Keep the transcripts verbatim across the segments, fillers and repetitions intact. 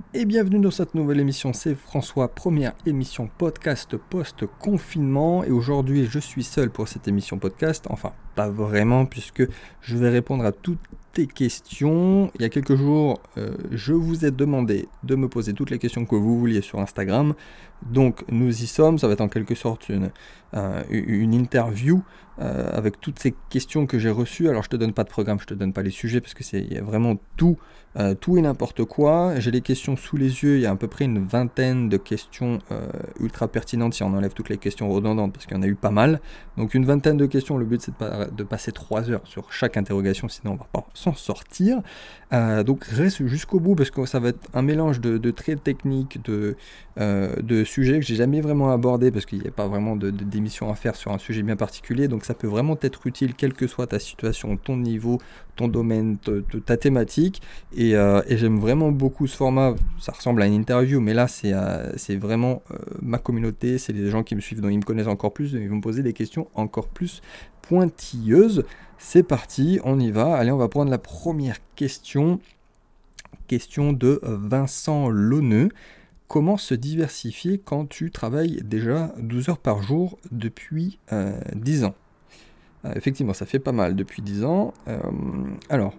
Et bienvenue dans cette nouvelle émission, c'est François, première émission podcast post-confinement. Et aujourd'hui, je suis seul pour cette émission podcast. Enfin, pas vraiment, puisque je vais répondre à toutes tes questions. Il y a quelques jours, euh, je vous ai demandé de me poser toutes les questions que vous vouliez sur Instagram. Donc, nous y sommes. Ça va être en quelque sorte une, euh, une interview euh, avec toutes ces questions que j'ai reçues. Alors, je te donne pas de programme, je te donne pas les sujets, parce que c'est il y a vraiment tout. Euh, tout et n'importe quoi. J'ai les questions sous les yeux, il y a à peu près une vingtaine de questions euh, ultra pertinentes si on enlève toutes les questions redondantes parce qu'il y en a eu pas mal. Donc une vingtaine de questions, le but c'est de, pas, de passer trois heures sur chaque interrogation, sinon on va pas s'en sortir. Euh, donc reste jusqu'au bout parce que ça va être un mélange de, de traits techniques, de, euh, de sujets que j'ai jamais vraiment abordés parce qu'il n'y a pas vraiment de, de, d'émission à faire sur un sujet bien particulier. Donc ça peut vraiment être utile quelle que soit ta situation, ton niveau, ton domaine, te, te, ta thématique. Et, euh, et j'aime vraiment beaucoup ce format. Ça ressemble à une interview, mais là c'est, euh, c'est vraiment euh, ma communauté, c'est les gens qui me suivent, donc ils me connaissent encore plus, ils vont me poser des questions encore plus pointilleuses. C'est parti, on y va. Allez, on va prendre la première question. Question de Vincent Launeux. Comment se diversifier quand tu travailles déjà douze heures par jour depuis euh, dix ans? euh, Effectivement, ça fait pas mal depuis dix ans. Euh, alors,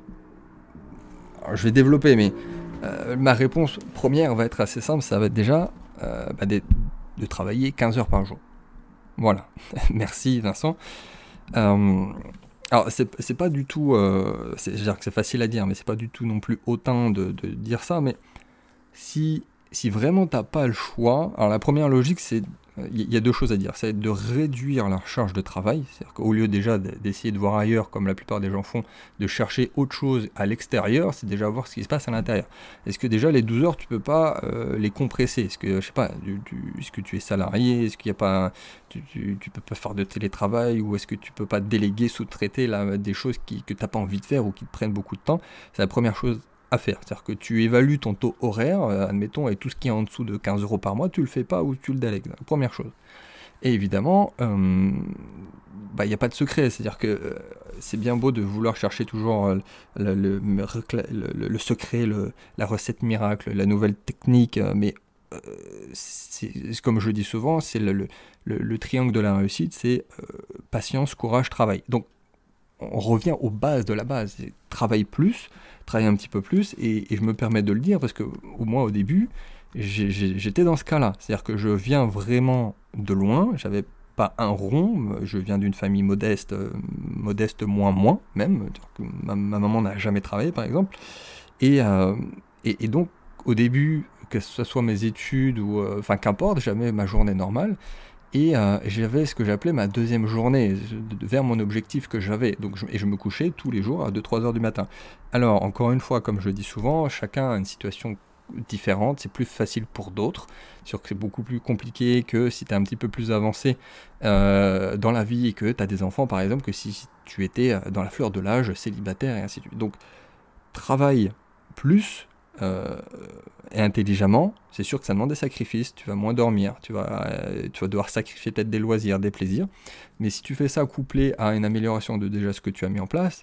alors, je vais développer, mais euh, ma réponse première va être assez simple. Ça va être déjà euh, bah, de, de travailler quinze heures par jour. Voilà. Merci Vincent. Euh, alors, c'est, c'est pas du tout... Euh, c'est, je veux dire que c'est facile à dire, mais c'est pas du tout non plus autant de, de dire ça. Mais si, si vraiment t'as pas le choix... Alors, la première logique, c'est... Il y a deux choses à dire. C'est de réduire la charge de travail. C'est-à-dire qu'au lieu déjà d'essayer de voir ailleurs, comme la plupart des gens font, de chercher autre chose à l'extérieur, c'est déjà voir ce qui se passe à l'intérieur. Est-ce que déjà les douze heures, tu peux pas euh, les compresser? Est-ce que, je sais pas, tu, tu, est-ce que tu es salarié? Est-ce qu'il y a pas... Un, tu, tu, tu peux pas faire de télétravail? Ou est-ce que tu peux pas déléguer, sous-traiter là, des choses qui, que tu n'as pas envie de faire ou qui te prennent beaucoup de temps? C'est la première chose à faire, c'est-à-dire que tu évalues ton taux horaire, euh, admettons, et tout ce qui est en dessous de quinze euros par mois, tu le fais pas ou tu le délègues, première chose. Et évidemment, il euh, bah, n'y a pas de secret, c'est-à-dire que euh, c'est bien beau de vouloir chercher toujours euh, le, le, le, le secret, le, la recette miracle, la nouvelle technique, euh, mais euh, c'est, comme je dis souvent, c'est le, le, le, le triangle de la réussite, c'est euh, patience, courage, travail. Donc, on revient aux bases de la base, c'est travaille plus, travaille un petit peu plus, et, et je me permets de le dire parce que au moins au début, j'ai, j'ai, j'étais dans ce cas-là, c'est-à-dire que je viens vraiment de loin, j'avais pas un rond, je viens d'une famille modeste, euh, modeste moins moins même, ma, ma maman n'a jamais travaillé par exemple, et, euh, et, et donc au début, que ce soit mes études ou euh, enfin qu'importe, j'avais ma journée normale. Et euh, j'avais ce que j'appelais ma deuxième journée, vers mon objectif que j'avais. Donc, je, et je me couchais tous les jours à deux trois heures du matin. Alors, encore une fois, comme je le dis souvent, chacun a une situation différente, c'est plus facile pour d'autres. C'est sûr que c'est beaucoup plus compliqué que si tu es un petit peu plus avancé euh, dans la vie et que tu as des enfants, par exemple, que si tu étais dans la fleur de l'âge, célibataire et ainsi de suite. Donc, travaille plus... Euh, et intelligemment, c'est sûr que ça demande des sacrifices, tu vas moins dormir, tu vas, euh, tu vas devoir sacrifier peut-être des loisirs, des plaisirs, mais si tu fais ça couplé à une amélioration de déjà ce que tu as mis en place,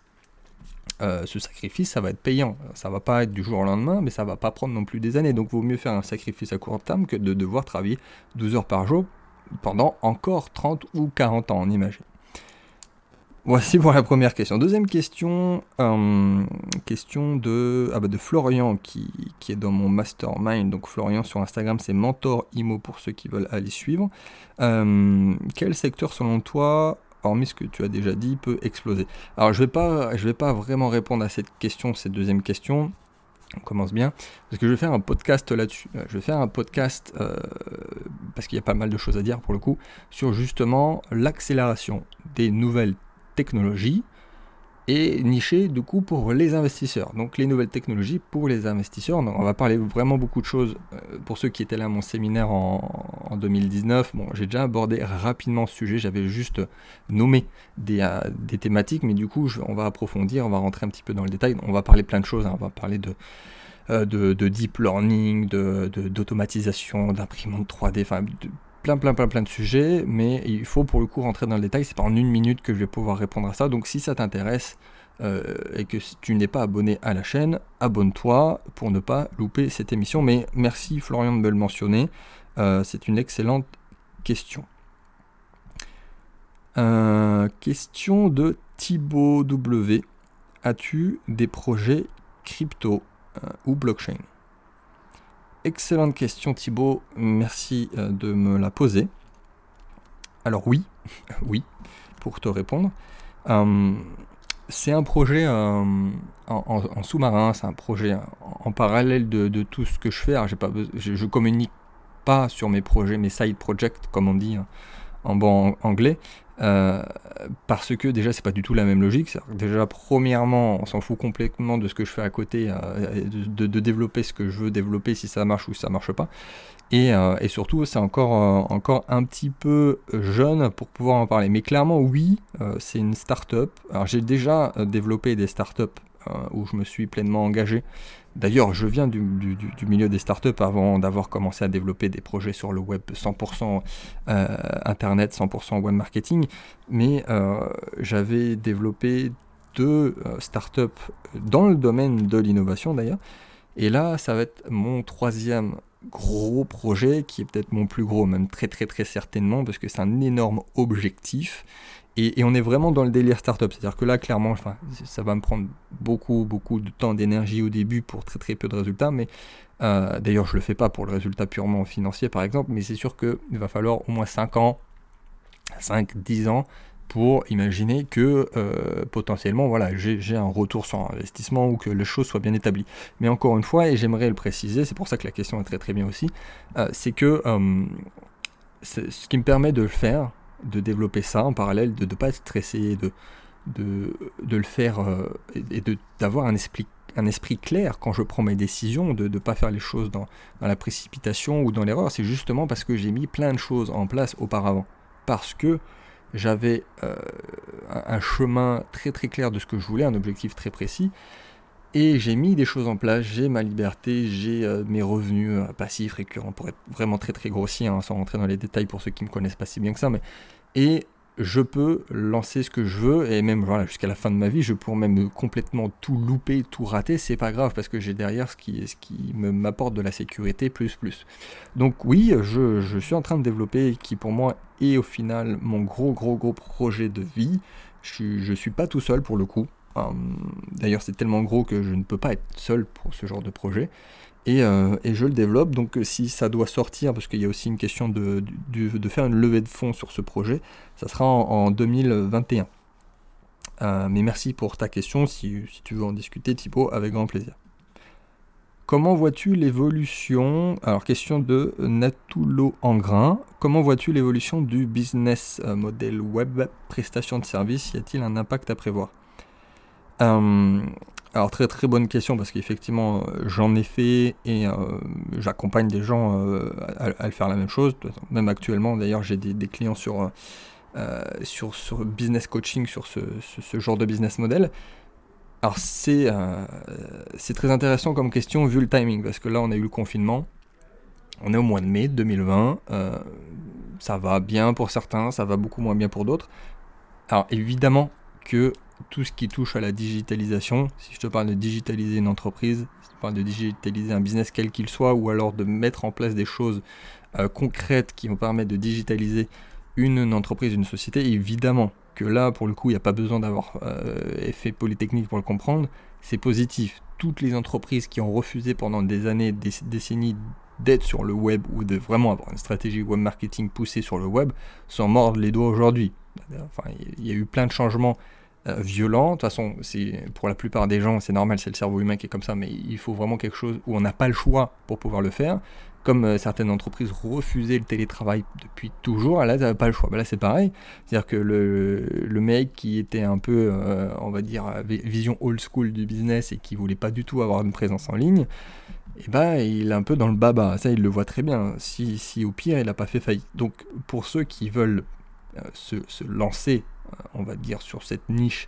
euh, ce sacrifice, ça va être payant, ça va pas être du jour au lendemain, mais ça va pas prendre non plus des années, donc il vaut mieux faire un sacrifice à court terme que de devoir travailler douze heures par jour pendant encore trente ou quarante ans, on imagine. Voici pour la première question. Deuxième question, euh, question de, ah bah de Florian qui, qui est dans mon mastermind. Donc Florian sur Instagram, c'est Mentor Imo pour ceux qui veulent aller suivre. Euh, quel secteur selon toi, hormis ce que tu as déjà dit, peut exploser? Alors je vais pas, je vais pas vraiment répondre à cette question, cette deuxième question. On commence bien, parce que je vais faire un podcast là-dessus. Je vais faire un podcast, euh, parce qu'il y a pas mal de choses à dire pour le coup, sur justement l'accélération des nouvelles technologies et niché du coup pour les investisseurs. Donc les nouvelles technologies pour les investisseurs. Donc, on va parler vraiment beaucoup de choses. Euh, pour ceux qui étaient là à mon séminaire en, en deux mille dix-neuf, bon, j'ai déjà abordé rapidement ce sujet. J'avais juste nommé des, euh, des thématiques, mais du coup je, on va approfondir, on va rentrer un petit peu dans le détail. On va parler plein de choses. Hein. On va parler de euh, de, de deep learning, de, de, d'automatisation, d'imprimante trois D, enfin de, plein plein plein plein de sujets, mais il faut pour le coup rentrer dans le détail. C'est pas en une minute que je vais pouvoir répondre à ça, donc si ça t'intéresse, euh, et que si tu n'es pas abonné à la chaîne, abonne-toi pour ne pas louper cette émission. Mais merci Florian de me le mentionner, euh, c'est une excellente question. Euh, question de Thibaut W. As-tu des projets crypto euh, ou blockchain? Excellente question Thibaut, merci euh, de me la poser. Alors oui, oui, pour te répondre. Euh, c'est un projet euh, en, en, en sous-marin, c'est un projet en, en parallèle de, de tout ce que je fais. Alors j'ai pas, je, je communique pas sur mes projets, mes side projects, comme on dit hein, en bon anglais, euh, parce que déjà c'est pas du tout la même logique. Déjà premièrement on s'en fout complètement de ce que je fais à côté, euh, de, de, de développer ce que je veux développer, si ça marche ou si ça marche pas, et, euh, et surtout c'est encore, euh, encore un petit peu jeune pour pouvoir en parler, mais clairement oui, euh, c'est une start-up. Alors j'ai déjà euh, développé des start-up euh, où je me suis pleinement engagé. D'ailleurs, je viens du, du, du milieu des startups avant d'avoir commencé à développer des projets sur le web cent pour cent euh, internet, cent pour cent web marketing, mais euh, j'avais développé deux euh, startups dans le domaine de l'innovation d'ailleurs, et là, ça va être mon troisième gros projet, qui est peut-être mon plus gros, même très très très certainement, parce que c'est un énorme objectif. Et, et on est vraiment dans le délire startup, c'est-à-dire que là, clairement, enfin, ça va me prendre beaucoup, beaucoup de temps, d'énergie au début pour très, très peu de résultats. Mais euh, d'ailleurs, je le fais pas pour le résultat purement financier, par exemple. Mais c'est sûr qu'il va falloir au moins cinq ans, cinq, dix ans pour imaginer que euh, potentiellement, voilà, j'ai, j'ai un retour sur investissement ou que les choses soient bien établies. Mais encore une fois, et j'aimerais le préciser, c'est pour ça que la question est très très bien aussi, euh, c'est que euh, c'est ce qui me permet de le faire, de développer ça en parallèle, de ne pas être stressé, de, de, de le faire euh, et de, d'avoir un esprit, un esprit clair quand je prends mes décisions, de ne pas faire les choses dans, dans la précipitation ou dans l'erreur. C'est justement parce que j'ai mis plein de choses en place auparavant, parce que j'avais euh, un, un chemin très très clair de ce que je voulais, un objectif très précis, et j'ai mis des choses en place, j'ai ma liberté, j'ai euh, mes revenus euh, passifs, récurrents, pour être vraiment très très grossier, hein, sans rentrer dans les détails pour ceux qui ne me connaissent pas si bien que ça, mais et je peux lancer ce que je veux, et même voilà, jusqu'à la fin de ma vie, je pourrais même complètement tout louper, tout rater, c'est pas grave, parce que j'ai derrière ce qui, ce qui me, m'apporte de la sécurité, plus plus. Donc oui, je, je suis en train de développer, qui pour moi est au final mon gros gros gros projet de vie. Je, je suis pas tout seul pour le coup. D'ailleurs c'est tellement gros que je ne peux pas être seul pour ce genre de projet, et, euh, et je le développe. Donc si ça doit sortir, parce qu'il y a aussi une question de, de, de faire une levée de fonds sur ce projet, ça sera en, en deux mille vingt et un. Euh, mais merci pour ta question, si, si tu veux en discuter Thibaut, avec grand plaisir. Comment vois-tu l'évolution, alors question de Natulo Engrain, comment vois-tu l'évolution du business model web, prestation de service, y a-t-il un impact à prévoir? Euh, alors très très bonne question, parce qu'effectivement j'en ai fait et euh, j'accompagne des gens euh, à, à faire la même chose. Même actuellement d'ailleurs j'ai des, des clients sur, euh, sur, sur business coaching, sur ce, ce, ce genre de business model. Alors c'est, euh, c'est très intéressant comme question vu le timing, parce que là on a eu le confinement, on est au mois de mai deux mille vingt, euh, ça va bien pour certains, ça va beaucoup moins bien pour d'autres. Alors évidemment que tout ce qui touche à la digitalisation, si je te parle de digitaliser une entreprise, si je te parle de digitaliser un business quel qu'il soit, ou alors de mettre en place des choses euh, concrètes qui vont permettre de digitaliser une, une entreprise, une société, évidemment que là, pour le coup, il n'y a pas besoin d'avoir euh, fait Polytechnique pour le comprendre, c'est positif. Toutes les entreprises qui ont refusé pendant des années, des décennies d'être sur le web ou de vraiment avoir une stratégie web marketing poussée sur le web, s'en mordent les doigts aujourd'hui. Enfin, il y a eu plein de changements euh, violents. De toute façon, c'est, pour la plupart des gens, c'est normal, c'est le cerveau humain qui est comme ça, mais il faut vraiment quelque chose où on n'a pas le choix pour pouvoir le faire. Comme euh, certaines entreprises refusaient le télétravail depuis toujours, là, tu n'avais pas le choix. Ben là, c'est pareil. C'est-à-dire que le, le mec qui était un peu, euh, on va dire, vision old school du business et qui voulait pas du tout avoir une présence en ligne, et ben, il est un peu dans le baba. Ça, il le voit très bien. Si, si au pire, il n'a pas fait faillite. Donc, pour ceux qui veulent euh, se, se lancer, euh, on va dire, sur cette niche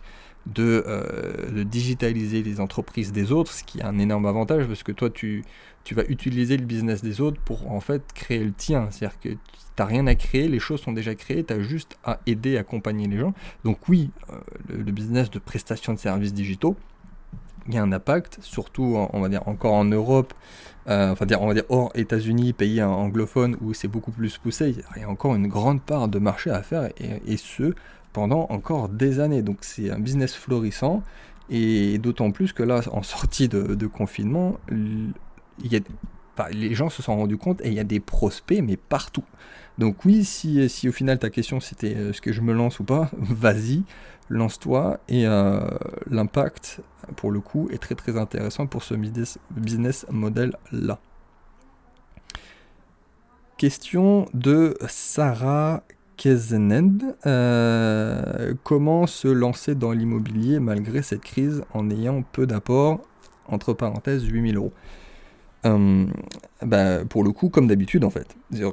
de, euh, de digitaliser les entreprises des autres, ce qui est un énorme avantage parce que toi tu, tu vas utiliser le business des autres pour en fait créer le tien. C'est-à-dire que tu n'as rien à créer, les choses sont déjà créées, tu as juste à aider, accompagner les gens. Donc oui, euh, le, le business de prestation de services digitaux, il y a un impact, surtout en, on va dire encore en Europe, euh, enfin dire, on va dire hors États-Unis, pays anglophones où c'est beaucoup plus poussé, il y a encore une grande part de marché à faire et, et ce pendant encore des années. Donc c'est un business florissant et d'autant plus que là, en sortie de, de confinement, il y a, enfin, les gens se sont rendus compte et il y a des prospects mais partout. Donc oui, si, si au final ta question c'était euh, est-ce que je me lance ou pas, vas-y, lance-toi et euh, l'impact pour le coup est très très intéressant pour ce business, business model là. Question de Sarah Kezened. Euh, comment se lancer dans l'immobilier malgré cette crise en ayant peu d'apport, entre parenthèses huit mille euros. Euh, bah, pour le coup, comme d'habitude en fait. C'est-à-dire,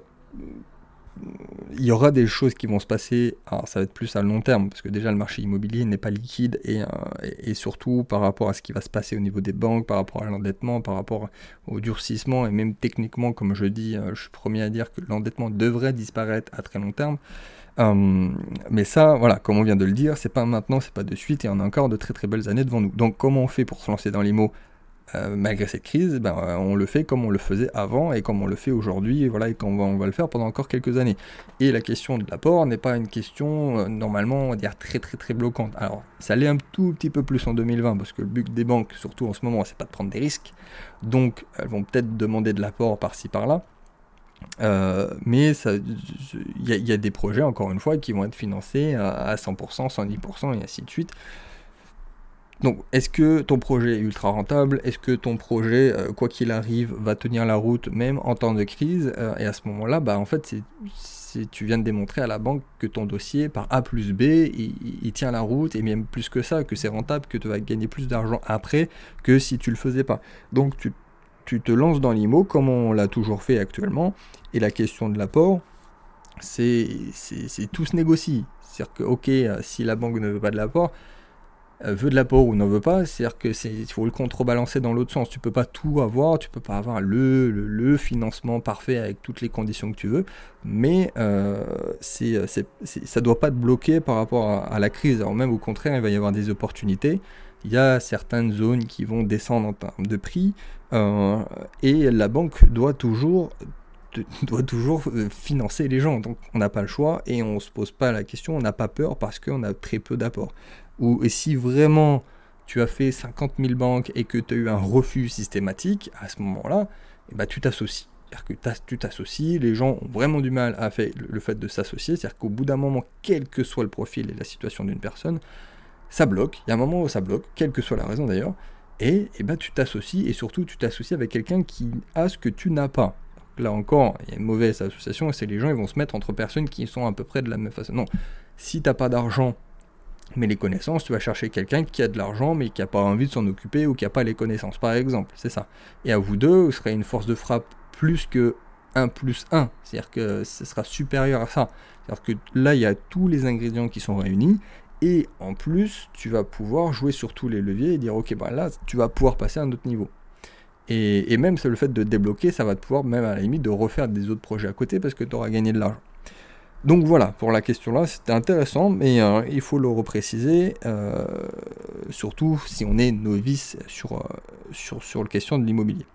il y aura des choses qui vont se passer, alors ça va être plus à long terme, parce que déjà le marché immobilier n'est pas liquide, et, euh, et, et surtout par rapport à ce qui va se passer au niveau des banques, par rapport à l'endettement, par rapport au durcissement, et même techniquement, comme je dis, euh, je suis premier à dire que l'endettement devrait disparaître à très long terme. Euh, mais ça, voilà, comme on vient de le dire, c'est pas maintenant, c'est pas de suite, et on a encore de très très belles années devant nous. Donc comment on fait pour se lancer dans l'immo Euh, malgré cette crise, ben, euh, on le fait comme on le faisait avant et comme on le fait aujourd'hui, et voilà, et comme on va, on va le faire pendant encore quelques années. Et la question de l'apport n'est pas une question euh, normalement, on va dire, très très très bloquante. Alors, ça l'est un tout petit peu plus en deux mille vingt, parce que le but des banques, surtout en ce moment, c'est pas de prendre des risques, donc elles vont peut-être demander de l'apport par-ci par-là, euh, mais il y, y a des projets, encore une fois, qui vont être financés à, à cent pour cent, cent dix pour cent et ainsi de suite. Donc, est-ce que ton projet est ultra rentable? Est-ce que ton projet, euh, quoi qu'il arrive, va tenir la route même en temps de crise? euh, Et à ce moment-là, bah, en fait, c'est, c'est, tu viens de démontrer à la banque que ton dossier, par A plus B, il, il tient la route, et même plus que ça, que c'est rentable, que tu vas gagner plus d'argent après que si tu le faisais pas. Donc, tu, tu te lances dans l'I M O comme on l'a toujours fait actuellement. Et la question de l'apport, c'est, c'est, c'est tout se négocie. C'est-à-dire que, ok, si la banque ne veut pas de l'apport, veut de l'apport ou n'en veut pas, c'est-à-dire que c'est, il faut le contrebalancer dans l'autre sens. Tu peux pas tout avoir, tu peux pas avoir le, le, le financement parfait avec toutes les conditions que tu veux, mais euh, c'est, c'est, c'est, ça doit pas te bloquer par rapport à, à la crise. Alors même au contraire, il va y avoir des opportunités. Il y a certaines zones qui vont descendre en termes de prix, euh, et la banque doit toujours doit toujours financer les gens, donc on n'a pas le choix et on se pose pas la question, on n'a pas peur parce qu'on a très peu d'apport. Ou et si vraiment tu as fait cinquante mille banques et que tu as eu un refus systématique, à ce moment-là, eh ben, tu t'associes. C'est-à-dire que tu t'associes, les gens ont vraiment du mal à faire le fait de s'associer, c'est-à-dire qu'au bout d'un moment, quel que soit le profil et la situation d'une personne, ça bloque, il y a un moment où ça bloque, quelle que soit la raison d'ailleurs, et, et ben, tu t'associes et surtout tu t'associes avec quelqu'un qui a ce que tu n'as pas. Là encore, il y a une mauvaise association, c'est les gens ils vont se mettre entre personnes qui sont à peu près de la même façon. Non, si t'as pas d'argent, mais les connaissances, tu vas chercher quelqu'un qui a de l'argent, mais qui n'a pas envie de s'en occuper ou qui n'a pas les connaissances, par exemple, c'est ça. Et à vous deux, vous serez une force de frappe plus que un plus un, c'est-à-dire que ce sera supérieur à ça. C'est-à-dire que là, il y a tous les ingrédients qui sont réunis, et en plus, tu vas pouvoir jouer sur tous les leviers et dire, ok, bah là, tu vas pouvoir passer à un autre niveau. Et, et même c'est le fait de débloquer, ça va te pouvoir même à la limite de refaire des autres projets à côté parce que tu auras gagné de l'argent. Donc voilà, pour la question là, c'était intéressant, mais euh, il faut le repréciser, euh, surtout si on est novice sur, euh, sur, sur la question de l'immobilier.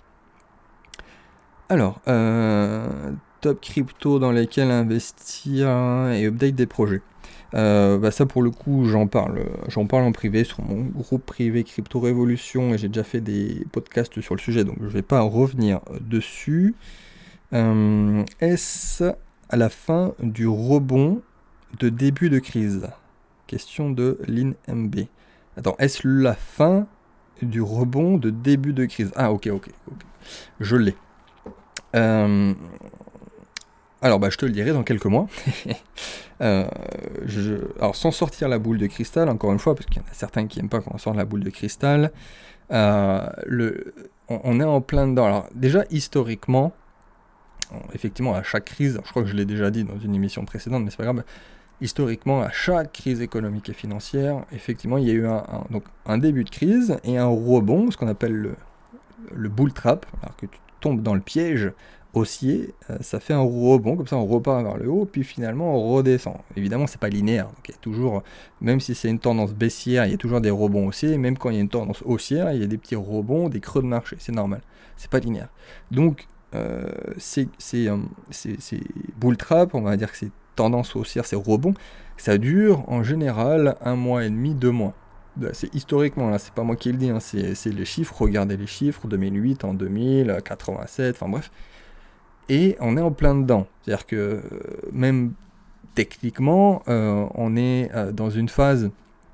Alors, euh, top crypto dans lesquels investir et update des projets. Euh, bah ça pour le coup j'en parle j'en parle en privé sur mon groupe privé Crypto Révolution et j'ai déjà fait des podcasts sur le sujet donc je vais pas revenir dessus. Euh, est-ce à la fin du rebond de début de crise? Question de Lin M B. Attends, est-ce la fin du rebond de début de crise? Ah ok ok ok je l'ai. Euh, Alors, bah, je te le dirai dans quelques mois. euh, je... Alors, sans sortir la boule de cristal, encore une fois, parce qu'il y en a certains qui n'aiment pas quand on sort la boule de cristal, euh, le... on, on est en plein dedans. Alors, déjà, historiquement, effectivement, à chaque crise, je crois que je l'ai déjà dit dans une émission précédente, mais c'est pas grave, historiquement, à chaque crise économique et financière, effectivement, il y a eu un, un, donc, un début de crise et un rebond, ce qu'on appelle le, le bull trap, alors que tu tombes dans le piège haussier, euh, ça fait un rebond, comme ça on repart vers le haut, puis finalement on redescend. Évidemment, c'est pas linéaire, donc il y a toujours, même si c'est une tendance baissière, il y a toujours des rebonds haussiers, même quand il y a une tendance haussière, il y a des petits rebonds, des creux de marché, c'est normal, c'est pas linéaire. Donc, euh, c'est, c'est, euh, c'est, c'est bull trap, on va dire que c'est tendance haussière, c'est rebond, ça dure en général un mois et demi, deux mois. C'est historiquement, là, c'est pas moi qui le dis, hein, c'est, c'est les chiffres, regardez les chiffres, deux mille huit, en deux mille, quatre-vingt-sept, enfin bref. Et on est en plein dedans. C'est-à-dire que euh, même techniquement, euh, on est euh, dans une phase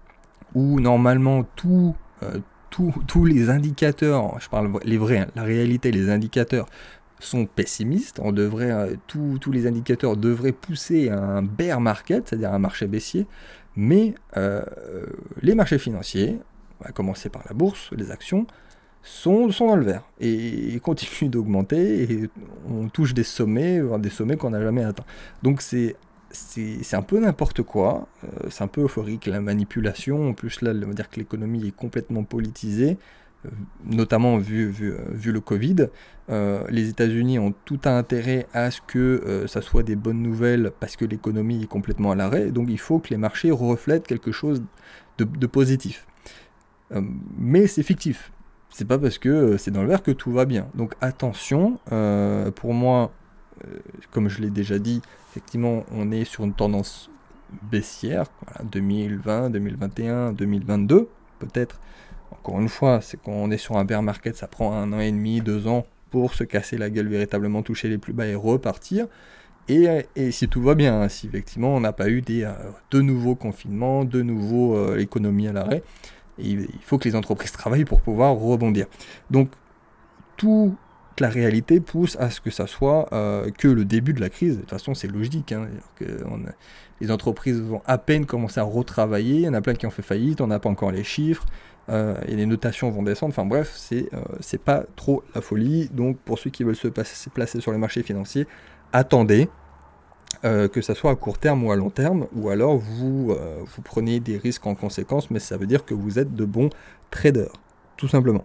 où normalement tout, euh, tout, tous les indicateurs, je parle les vrais, hein, la réalité, les indicateurs sont pessimistes. On devrait, euh, tout, tous les indicateurs devraient pousser à un bear market, c'est-à-dire un marché baissier. Mais euh, les marchés financiers, on va commencer par la bourse, les actions, Sont, sont dans le vert et continuent d'augmenter et on touche des sommets, des sommets qu'on n'a jamais atteints. Donc c'est, c'est, c'est un peu n'importe quoi, euh, c'est un peu euphorique, la manipulation. En plus là, on va dire que l'économie est complètement politisée, euh, notamment vu, vu, euh, vu le Covid. Euh, les États-Unis ont tout intérêt à ce que euh, ça soit des bonnes nouvelles parce que l'économie est complètement à l'arrêt. Donc il faut que les marchés reflètent quelque chose de, de positif. Euh, mais c'est fictif. C'est pas parce que c'est dans le vert que tout va bien. Donc attention, euh, pour moi, euh, comme je l'ai déjà dit, effectivement, on est sur une tendance baissière, voilà, deux mille vingt, deux mille vingt et un, deux mille vingt-deux, peut-être. Encore une fois, c'est quand on est sur un bear market, ça prend un an et demi, deux ans pour se casser la gueule, véritablement toucher les plus bas et repartir. Et, et si tout va bien, si effectivement on n'a pas eu des, euh, de nouveaux confinements, de nouveaux euh, économies à l'arrêt, et il faut que les entreprises travaillent pour pouvoir rebondir. Donc, toute la réalité pousse à ce que ça soit euh, que le début de la crise. De toute façon, c'est logique. Hein, que on a, les entreprises vont à peine commencer à retravailler. Il y en a plein qui ont fait faillite, on n'a pas encore les chiffres, euh, et les notations vont descendre. Enfin bref, c'est, euh, c'est pas trop la folie. Donc, pour ceux qui veulent se passer, placer sur les marchés financiers, attendez. Euh, que ça soit à court terme ou à long terme, ou alors vous, euh, vous prenez des risques en conséquence, mais ça veut dire que vous êtes de bons traders, tout simplement.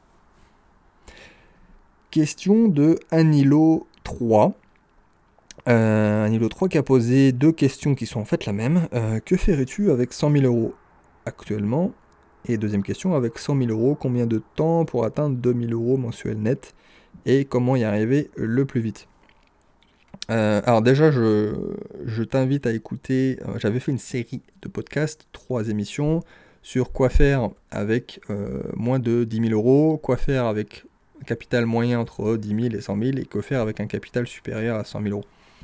Question de Anilo trois. Euh, Anilo trois qui a posé deux questions qui sont en fait la même. Euh, que ferais-tu avec cent mille euros actuellement ? Et deuxième question, avec cent mille euros, combien de temps pour atteindre deux mille euros mensuels net ? Et comment y arriver le plus vite ? Euh, alors déjà, je, je t'invite à écouter, euh, j'avais fait une série de podcasts, trois émissions, sur quoi faire avec euh, moins de dix mille euros, quoi faire avec un capital moyen entre dix mille et cent mille, et quoi faire avec un capital supérieur à cent mille euros.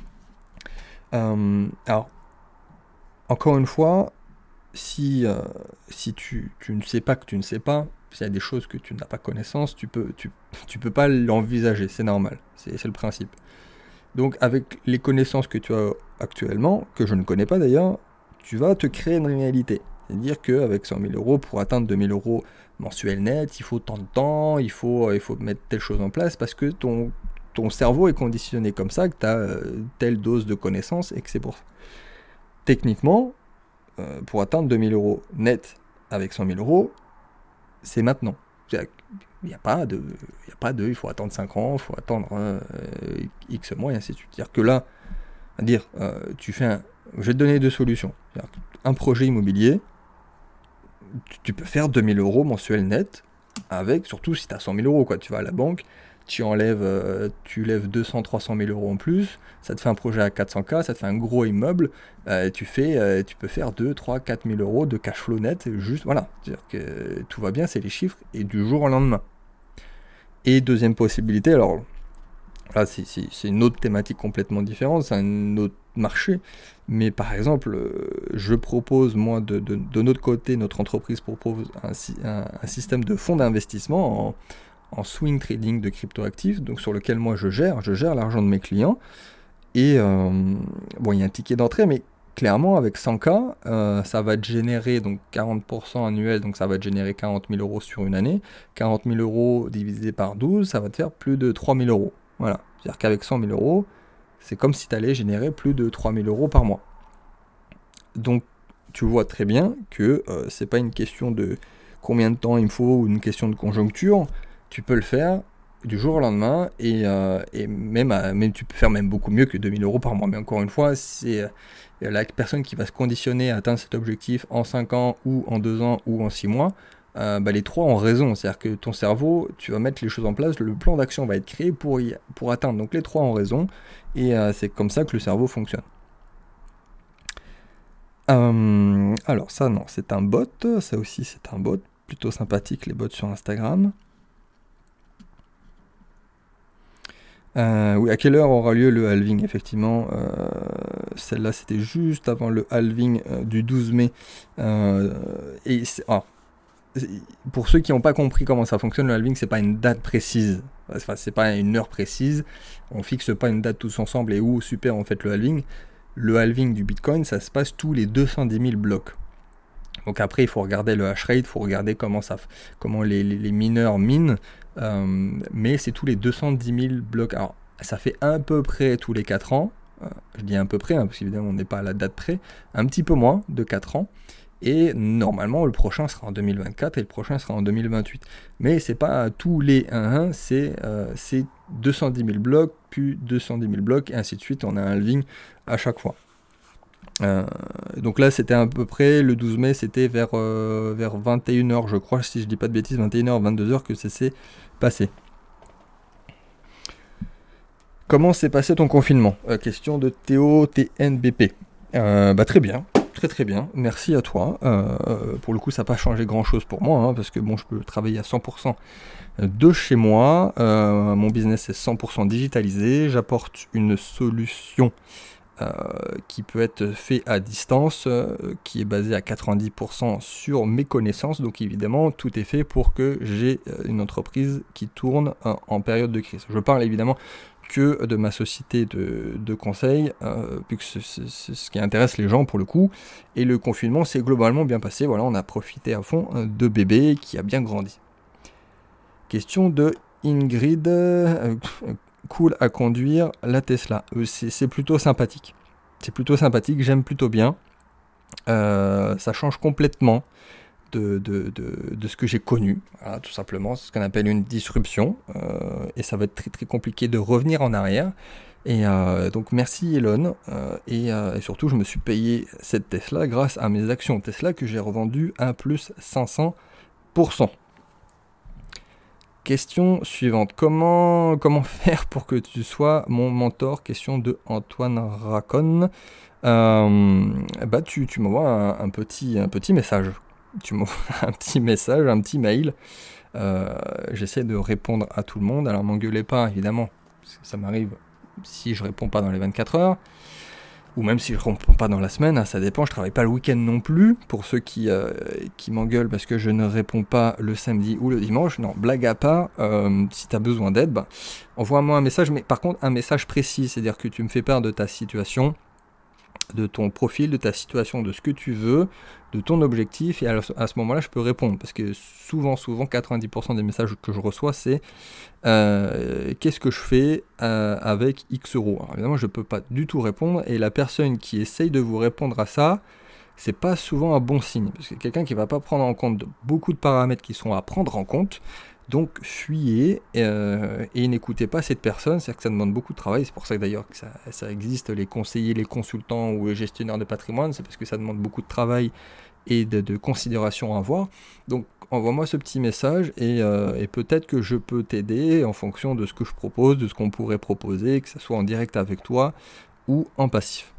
Euh, alors, encore une fois, si, euh, si tu, tu ne sais pas que tu ne sais pas, s'il y a des choses que tu n'as pas connaissance, tu peux, tu, tu peux pas l'envisager, c'est normal, c'est, c'est le principe. Donc avec les connaissances que tu as actuellement, que je ne connais pas d'ailleurs, tu vas te créer une réalité. C'est-à-dire qu'avec cent mille euros, pour atteindre deux mille euros mensuels net, il faut tant de temps, il faut, il faut mettre telle chose en place, parce que ton, ton cerveau est conditionné comme ça, que tu as euh, telle dose de connaissances, et que c'est pour ça. Techniquement, euh, pour atteindre deux mille euros net avec cent mille euros, c'est maintenant. C'est-à-dire Il n'y a pas de, il y a pas de, il faut attendre cinq ans, il faut attendre euh, X mois, et ainsi de suite. C'est-à-dire que là, à dire, euh, tu fais un, je vais te donner deux solutions. Un projet immobilier, tu, tu peux faire deux mille euros mensuels net, avec, surtout si tu as cent mille euros, quoi. Tu vas à la banque, tu enlèves, euh, tu lèves deux cents à trois cent mille euros en plus, ça te fait un projet à quatre cents K, ça te fait un gros immeuble, euh, tu, fais, euh, tu peux faire deux, trois, quatre mille euros de cash flow net, juste, voilà. C'est-à-dire que tout va bien, c'est les chiffres, et du jour au lendemain. Et deuxième possibilité, alors là c'est, c'est, c'est une autre thématique complètement différente, c'est un autre marché, mais par exemple, euh, je propose, moi, de, de, de notre côté, notre entreprise propose un, un, un système de fonds d'investissement en, en swing trading de cryptoactifs, donc sur lequel moi je gère, je gère l'argent de mes clients, et euh, bon, il y a un ticket d'entrée, mais clairement, avec cent K, euh, ça va te générer donc quarante pour cent annuel, donc ça va te générer quarante mille euros sur une année. quarante mille euros divisé par douze, ça va te faire plus de trois mille euros. Voilà. C'est-à-dire qu'avec cent mille euros, c'est comme si tu allais générer plus de trois mille euros par mois. Donc tu vois très bien que euh, c'est pas une question de combien de temps il me faut ou une question de conjoncture. Tu peux le faire du jour au lendemain et, euh, et même, à, même tu peux faire même beaucoup mieux que deux mille euros par mois. Mais encore une fois, c'est euh, la personne qui va se conditionner à atteindre cet objectif en cinq ans ou en deux ans ou en six mois. Euh, bah les trois ont raison, c'est-à-dire que ton cerveau, tu vas mettre les choses en place, le plan d'action va être créé pour, y, pour atteindre. Donc les trois ont raison et euh, c'est comme ça que le cerveau fonctionne. Euh, alors ça non, c'est un bot, ça aussi c'est un bot, plutôt sympathique les bots sur Instagram. Euh, oui, à quelle heure aura lieu le halving? Effectivement, euh, celle-là c'était juste avant le halving euh, du douze mai. Euh, et c'est, oh, c'est, pour ceux qui n'ont pas compris comment ça fonctionne, le halving c'est pas une date précise, enfin c'est pas une heure précise. On fixe pas une date tous ensemble et où super on fait le halving. Le halving du Bitcoin, ça se passe tous les deux cent dix mille blocs. Donc après, il faut regarder le hash rate, il faut regarder comment, ça, comment les, les, les mineurs minent, euh, mais c'est tous les deux cent dix mille blocs. Alors, ça fait à peu près tous les quatre ans, euh, je dis à peu près, hein, parce qu'évidemment, on n'est pas à la date près, un petit peu moins de quatre ans, et normalement, le prochain sera en deux mille vingt-quatre et le prochain sera en deux mille vingt-huit. Mais c'est pas tous les un un, c'est, euh, c'est deux cent dix mille blocs, puis deux cent dix mille blocs, et ainsi de suite, on a un halving à chaque fois. Euh, donc là c'était à peu près le douze mai, c'était vers, euh, vers vingt et une heures je crois, si je dis pas de bêtises, vingt et une heures, vingt-deux heures que ça s'est passé. Comment s'est passé ton confinement? euh, Question de Théo T N B P. Euh, bah très bien, très très bien, merci à toi. Euh, pour le coup ça n'a pas changé grand chose pour moi, hein, parce que bon je peux travailler à cent pour cent de chez moi, euh, mon business est cent pour cent digitalisé, j'apporte une solution Euh, qui peut être fait à distance, euh, qui est basé à quatre-vingt-dix pour cent sur mes connaissances. Donc évidemment, tout est fait pour que j'ai euh, une entreprise qui tourne euh, en période de crise. Je parle évidemment que de ma société de, de conseil, euh, puisque c'est, c'est ce qui intéresse les gens pour le coup. Et le confinement s'est globalement bien passé. Voilà, on a profité à fond de bébé qui a bien grandi. Question de Ingrid. Euh, cool à conduire la Tesla. Euh, c'est, c'est plutôt sympathique. C'est plutôt sympathique, j'aime plutôt bien. Euh, ça change complètement de, de, de, de ce que j'ai connu. Voilà, tout simplement, c'est ce qu'on appelle une disruption. Euh, et ça va être très très compliqué de revenir en arrière. Et euh, donc merci Elon. Euh, et, euh, et surtout, je me suis payé cette Tesla grâce à mes actions Tesla que j'ai revendues à plus cinq cents pour cent. Question suivante. Comment, comment faire pour que tu sois mon mentor? Question de Antoine Racon. Euh, bah tu, tu m'envoies un, un, petit, un petit message. Tu m'envoies un petit message, un petit mail. Euh, j'essaie de répondre à tout le monde. Alors m'engueulez pas, évidemment. Parce que ça m'arrive si je réponds pas dans les vingt-quatre heures. Ou même si je ne réponds pas dans la semaine, hein, ça dépend, je travaille pas le week-end non plus, pour ceux qui, euh, qui m'engueulent parce que je ne réponds pas le samedi ou le dimanche. Non, blague à part, euh, si tu as besoin d'aide, bah, envoie-moi un message, mais par contre un message précis, c'est-à-dire que tu me fais part de ta situation, de ton profil, de ta situation, de ce que tu veux, de ton objectif, et à, à ce moment-là je peux répondre, parce que souvent, souvent, quatre-vingt-dix pour cent des messages que je reçois, c'est euh, qu'est-ce que je fais euh, avec X euros. Alors évidemment, je ne peux pas du tout répondre, et la personne qui essaye de vous répondre à ça, c'est pas souvent un bon signe, parce que quelqu'un qui ne va pas prendre en compte beaucoup de paramètres qui sont à prendre en compte. Donc fuyez euh, et n'écoutez pas cette personne, c'est-à-dire que ça demande beaucoup de travail, c'est pour ça que d'ailleurs que ça, ça existe, les conseillers, les consultants ou les gestionnaires de patrimoine, c'est parce que ça demande beaucoup de travail et de, de considération à avoir. Donc envoie-moi ce petit message et, euh, et peut-être que je peux t'aider en fonction de ce que je propose, de ce qu'on pourrait proposer, que ce soit en direct avec toi ou en passif.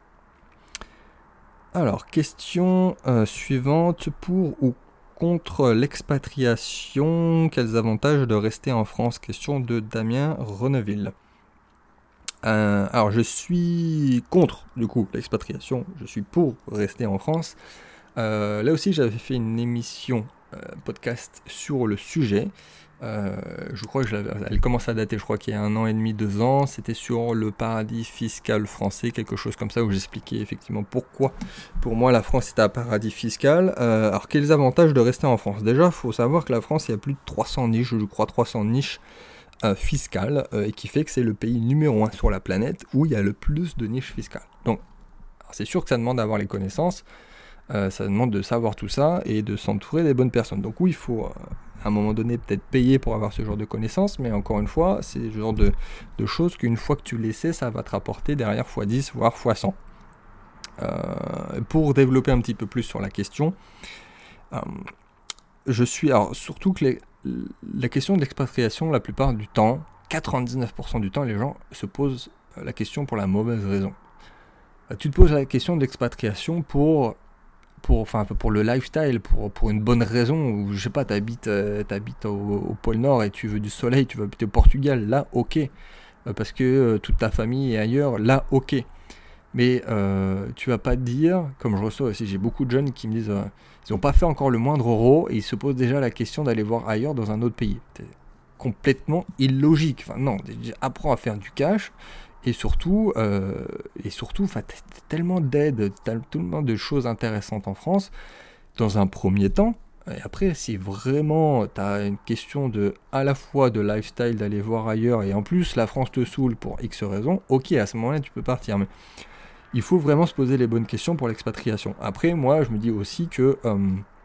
Alors, question euh, suivante, pour ou contre l'expatriation, quels avantages de rester en France? Question de Damien Reneville. Euh, alors je suis contre du coup l'expatriation, je suis pour rester en France. Euh, là aussi j'avais fait une émission euh, podcast sur le sujet. Euh, je crois que je elle commence à dater, je crois qu'il y a un an et demi, deux ans. C'était sur le paradis fiscal français, quelque chose comme ça, où j'expliquais effectivement pourquoi, pour moi, la France est un paradis fiscal. Euh, alors, quels avantages de rester en France? Déjà, il faut savoir que la France, il y a plus de trois cents niches, je crois trois cents niches euh, fiscales, euh, et qui fait que c'est le pays numéro un sur la planète où il y a le plus de niches fiscales. Donc, c'est sûr que ça demande d'avoir les connaissances, euh, ça demande de savoir tout ça et de s'entourer des bonnes personnes. Donc oui, il faut... Euh, à un moment donné peut-être payer pour avoir ce genre de connaissances, mais encore une fois, c'est le genre de, de choses qu'une fois que tu les sais, ça va te rapporter derrière fois dix, voire fois cent. Euh, pour développer un petit peu plus sur la question, euh, je suis... Alors, surtout que les, la question de l'expatriation, la plupart du temps, quatre-vingt-dix-neuf pour cent du temps, les gens se posent la question pour la mauvaise raison. Euh, tu te poses la question de l'expatriation pour... Pour, enfin, pour le lifestyle, pour, pour une bonne raison, ou je sais pas, t'habites, euh, t'habites au, au pôle Nord et tu veux du soleil, tu veux habiter au Portugal, là, ok. Euh, parce que euh, toute ta famille est ailleurs, là, ok. Mais euh, tu vas pas te dire, comme je reçois aussi, j'ai beaucoup de jeunes qui me disent, euh, ils n'ont pas fait encore le moindre euro et ils se posent déjà la question d'aller voir ailleurs dans un autre pays. C'est complètement illogique. Enfin, non, apprends à faire du cash. Et surtout, euh, et surtout, t'as tellement d'aides, tellement de choses intéressantes en France, dans un premier temps. Et après, si vraiment tu as une question de, à la fois de lifestyle, d'aller voir ailleurs, et en plus la France te saoule pour X raisons, ok, à ce moment-là, tu peux partir. Mais il faut vraiment se poser les bonnes questions pour l'expatriation. Après, moi, je me dis aussi que, euh,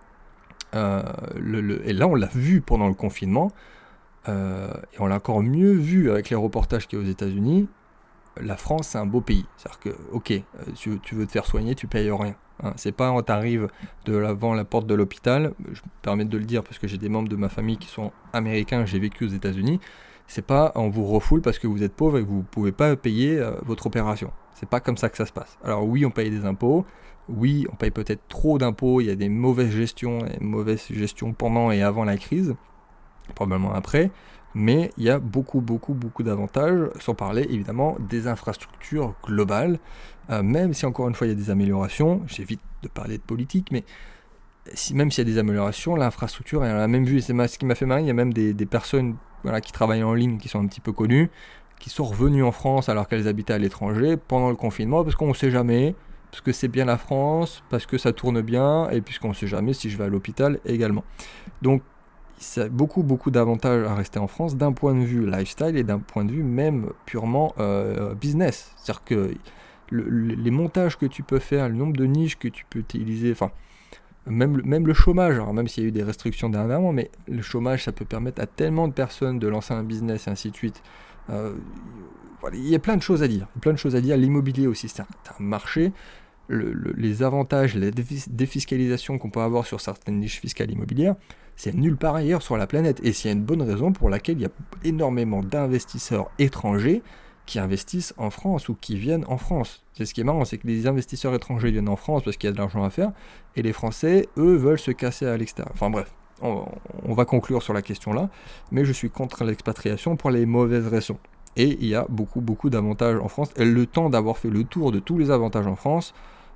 euh, le, le, et là, on l'a vu pendant le confinement, euh, et on l'a encore mieux vu avec les reportages qu'il y a aux États-Unis. La France, c'est un beau pays. C'est-à-dire que, ok, tu, tu veux te faire soigner, tu payes rien. Hein. C'est pas quand tu arrives devant la porte de l'hôpital, je me permets de le dire parce que j'ai des membres de ma famille qui sont américains, j'ai vécu aux États-Unis, c'est pas on vous refoule parce que vous êtes pauvre et que vous pouvez pas payer euh, votre opération. C'est pas comme ça que ça se passe. Alors oui, on paye des impôts, oui, on paye peut-être trop d'impôts, il y a des mauvaises gestions, des mauvaises gestions pendant et avant la crise, probablement après. Mais il y a beaucoup, beaucoup, beaucoup d'avantages, sans parler évidemment des infrastructures globales, euh, même si encore une fois il y a des améliorations, j'évite de parler de politique, mais si, même s'il y a des améliorations, l'infrastructure, elle a la même vue, et c'est ce qui m'a fait marrer, il y a même des, des personnes voilà, qui travaillent en ligne, qui sont un petit peu connues, qui sont revenues en France alors qu'elles habitaient à l'étranger pendant le confinement, parce qu'on ne sait jamais, parce que c'est bien la France, parce que ça tourne bien, et puisqu'on ne sait jamais si je vais à l'hôpital également. Donc, il y a beaucoup, beaucoup d'avantages à rester en France d'un point de vue lifestyle et d'un point de vue même purement euh, business. C'est-à-dire que le, le, les montages que tu peux faire, le nombre de niches que tu peux utiliser, enfin, même, même le chômage, alors même s'il y a eu des restrictions dernièrement, mais le chômage, ça peut permettre à tellement de personnes de lancer un business et ainsi de suite. Euh, voilà, il y a plein de choses à dire. Plein de choses à dire. L'immobilier aussi, c'est un, c'est un marché. Le, le, les avantages, la défiscalisation qu'on peut avoir sur certaines niches fiscales immobilières, c'est nulle part ailleurs sur la planète. Et s'il y a une bonne raison pour laquelle il y a énormément d'investisseurs étrangers qui investissent en France ou qui viennent en France. C'est ce qui est marrant, c'est que les investisseurs étrangers viennent en France parce qu'il y a de l'argent à faire, et les Français, eux, veulent se casser à l'extérieur. Enfin bref, on, on va conclure sur la question-là, mais je suis contre l'expatriation pour les mauvaises raisons. Et il y a beaucoup, beaucoup d'avantages en France. Et le temps d'avoir fait le tour de tous les avantages en France,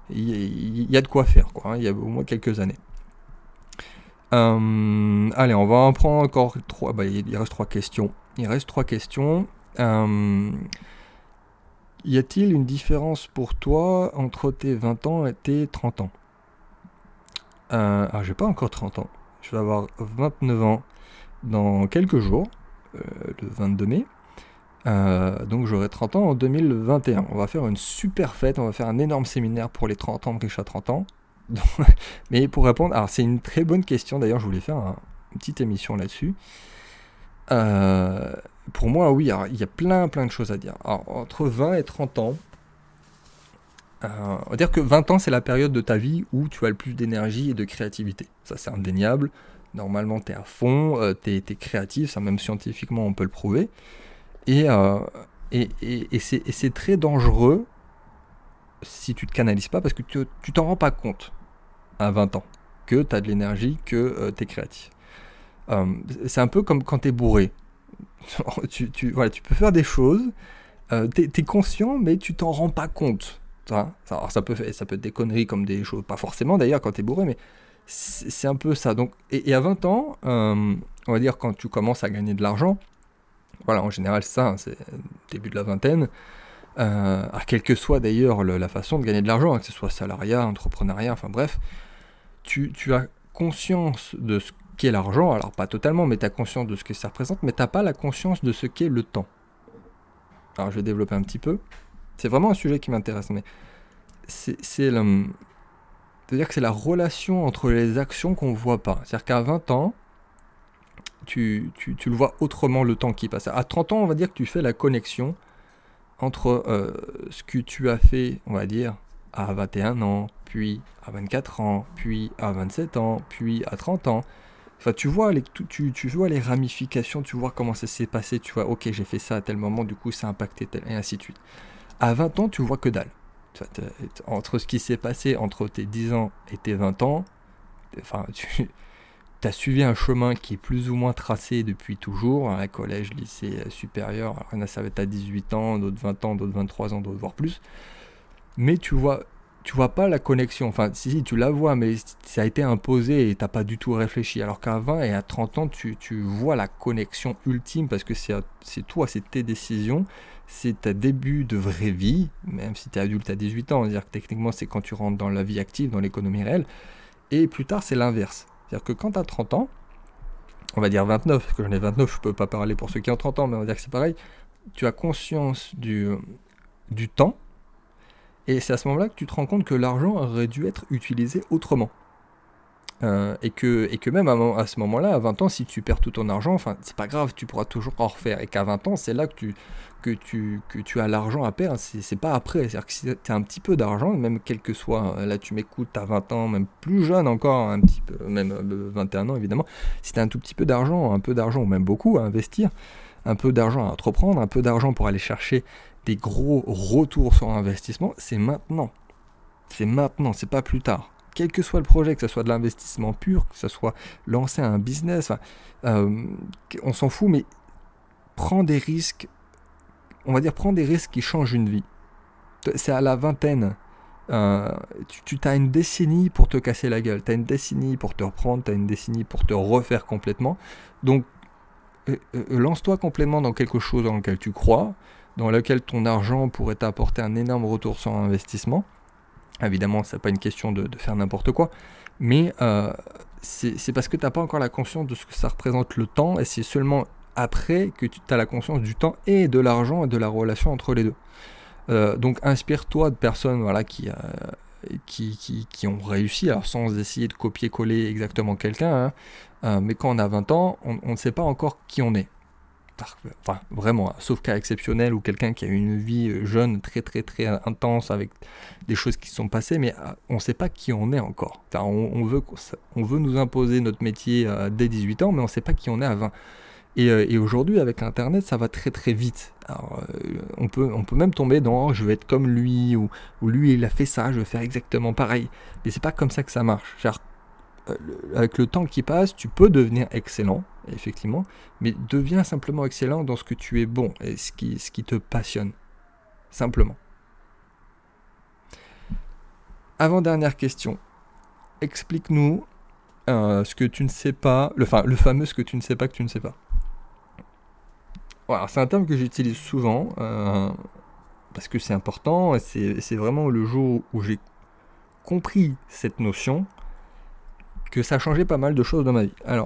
il y a de quoi faire, quoi, hein, il y a au moins quelques années. Euh, allez, on va en prendre encore trois. Bah, il reste trois questions. Il reste trois questions. Euh, y a-t-il une différence pour toi entre tes vingt ans et tes trente ans? euh, Alors, j'ai pas encore trente ans. Je vais avoir vingt-neuf ans dans quelques jours, euh, le vingt-deux mai. Euh, donc j'aurai trente ans en deux mille vingt et un. On va faire une super fête, on va faire un énorme séminaire pour les trente ans de Riche à trente ans. Donc, mais pour répondre, alors c'est une très bonne question, d'ailleurs je voulais faire un, une petite émission là-dessus. Euh, pour moi, oui, alors, il y a plein plein de choses à dire. Alors, entre vingt et trente ans, euh, on va dire que vingt ans c'est la période de ta vie où tu as le plus d'énergie et de créativité. Ça c'est indéniable. Normalement tu es à fond, euh, tu es créatif, ça même scientifiquement on peut le prouver. Et, euh, et, et, et, c'est, et c'est très dangereux si tu te canalises pas, parce que tu, tu t'en rends pas compte à vingt ans que tu as de l'énergie, que euh, tu es créatif. Euh, c'est un peu comme quand tu es bourré. tu, tu, voilà, tu peux faire des choses, euh, tu es conscient, mais tu t'en rends pas compte. Ça, alors ça, peut, ça peut être des conneries comme des choses, pas forcément d'ailleurs quand tu es bourré, mais c'est, c'est un peu ça. Donc, et, et à vingt ans, euh, on va dire quand tu commences à gagner de l'argent, voilà, en général, c'est ça, hein, c'est le début de la vingtaine. Euh, à quelle que soit d'ailleurs le, la façon de gagner de l'argent, hein, que ce soit salariat, entrepreneuriat, enfin bref, tu, tu as conscience de ce qu'est l'argent, alors pas totalement, mais tu as conscience de ce que ça représente, mais tu n'as pas la conscience de ce qu'est le temps. Alors je vais développer un petit peu. C'est vraiment un sujet qui m'intéresse, mais c'est, c'est, le, c'est-à-dire que c'est la relation entre les actions qu'on ne voit pas. C'est-à-dire qu'à vingt ans, tu, tu, tu le vois autrement le temps qui passe. À trente ans, on va dire que tu fais la connexion entre euh, ce que tu as fait, on va dire, à vingt et un ans, puis à vingt-quatre ans, puis à vingt-sept ans, puis à trente ans. Enfin, tu vois les, tu, tu vois les ramifications, tu vois comment ça s'est passé, tu vois, ok, j'ai fait ça à tel moment, du coup, ça a impacté tel, et ainsi de suite. À vingt ans, tu vois que dalle. Entre ce qui s'est passé entre tes dix ans et tes vingt ans, enfin, tu as suivi un chemin qui est plus ou moins tracé depuis toujours, hein, collège, lycée supérieur, alors, il y en a, ça va être à dix-huit ans, d'autres vingt ans, d'autres vingt-trois ans, d'autres voire plus. Mais tu vois, tu vois pas la connexion. Enfin, si, si, tu la vois, mais ça a été imposé et t'as pas du tout réfléchi. Alors qu'à vingt et à trente ans, tu, tu vois la connexion ultime parce que c'est, c'est toi, c'est tes décisions, c'est ta début de vraie vie, même si tu es adulte à dix-huit ans. C'est-à-dire que techniquement, c'est quand tu rentres dans la vie active, dans l'économie réelle. Et plus tard, c'est l'inverse. C'est-à-dire que quand tu as trente ans, on va dire vingt-neuf, parce que j'en ai vingt-neuf, je peux pas parler pour ceux qui ont trente ans, mais on va dire que c'est pareil, tu as conscience du, du temps. Et c'est à ce moment-là que tu te rends compte que l'argent aurait dû être utilisé autrement. Euh, et, que, et que même à, à ce moment-là, à vingt ans, si tu perds tout ton argent, enfin, c'est pas grave, tu pourras toujours en refaire. Et qu'à vingt ans, c'est là que tu, que tu, que tu as l'argent à perdre, c'est, c'est pas après. C'est-à-dire que si tu as un petit peu d'argent, même quel que soit, là tu m'écoutes, tu as vingt ans, même plus jeune encore, un petit peu, même vingt et un ans évidemment, si tu as un tout petit peu d'argent, un peu d'argent, ou même beaucoup à investir, un peu d'argent à entreprendre, un peu d'argent pour aller chercher des gros retours sur investissement, c'est maintenant. C'est maintenant, c'est pas plus tard. Quel que soit le projet, que ce soit de l'investissement pur, que ce soit lancer un business, euh, on s'en fout, mais prends des risques, on va dire prends des risques qui changent une vie. C'est à la vingtaine, euh, tu, tu as une décennie pour te casser la gueule, tu as une décennie pour te reprendre, tu as une décennie pour te refaire complètement. Donc, euh, euh, lance-toi complètement dans quelque chose dans lequel tu crois, dans lequel ton argent pourrait t'apporter un énorme retour sur investissement. Évidemment, c'est pas une question de, de faire n'importe quoi, mais euh, c'est, c'est parce que tu n'as pas encore la conscience de ce que ça représente le temps, et c'est seulement après que tu as la conscience du temps et de l'argent et de la relation entre les deux. Euh, donc inspire-toi de personnes voilà, qui, euh, qui, qui, qui ont réussi, alors sans essayer de copier-coller exactement quelqu'un, hein, euh, mais quand on a vingt ans, on, on ne sait pas encore qui on est. Enfin, vraiment, sauf cas exceptionnel ou quelqu'un qui a eu une vie jeune très très très intense avec des choses qui se sont passées, mais on ne sait pas qui on est encore. On, on, veut, on veut nous imposer notre métier dès dix-huit ans, mais on ne sait pas qui on est à vingt. Et, et aujourd'hui, avec Internet, ça va très très vite. Alors, on, peut, on peut même tomber dans oh, « je vais être comme lui » ou, ou « lui, il a fait ça, je vais faire exactement pareil ». Mais c'est pas comme ça que ça marche. Genre, avec le temps qui passe, tu peux devenir excellent, effectivement, mais deviens simplement excellent dans ce que tu es bon et ce qui, ce qui te passionne. Simplement. Avant-dernière question. Explique-nous euh, ce que tu ne sais pas, le, enfin, le fameux ce que tu ne sais pas que tu ne sais pas. Voilà, c'est un terme que j'utilise souvent, euh, parce que c'est important, et c'est, c'est vraiment le jour où j'ai compris cette notion, que ça a changé pas mal de choses dans ma vie. Alors,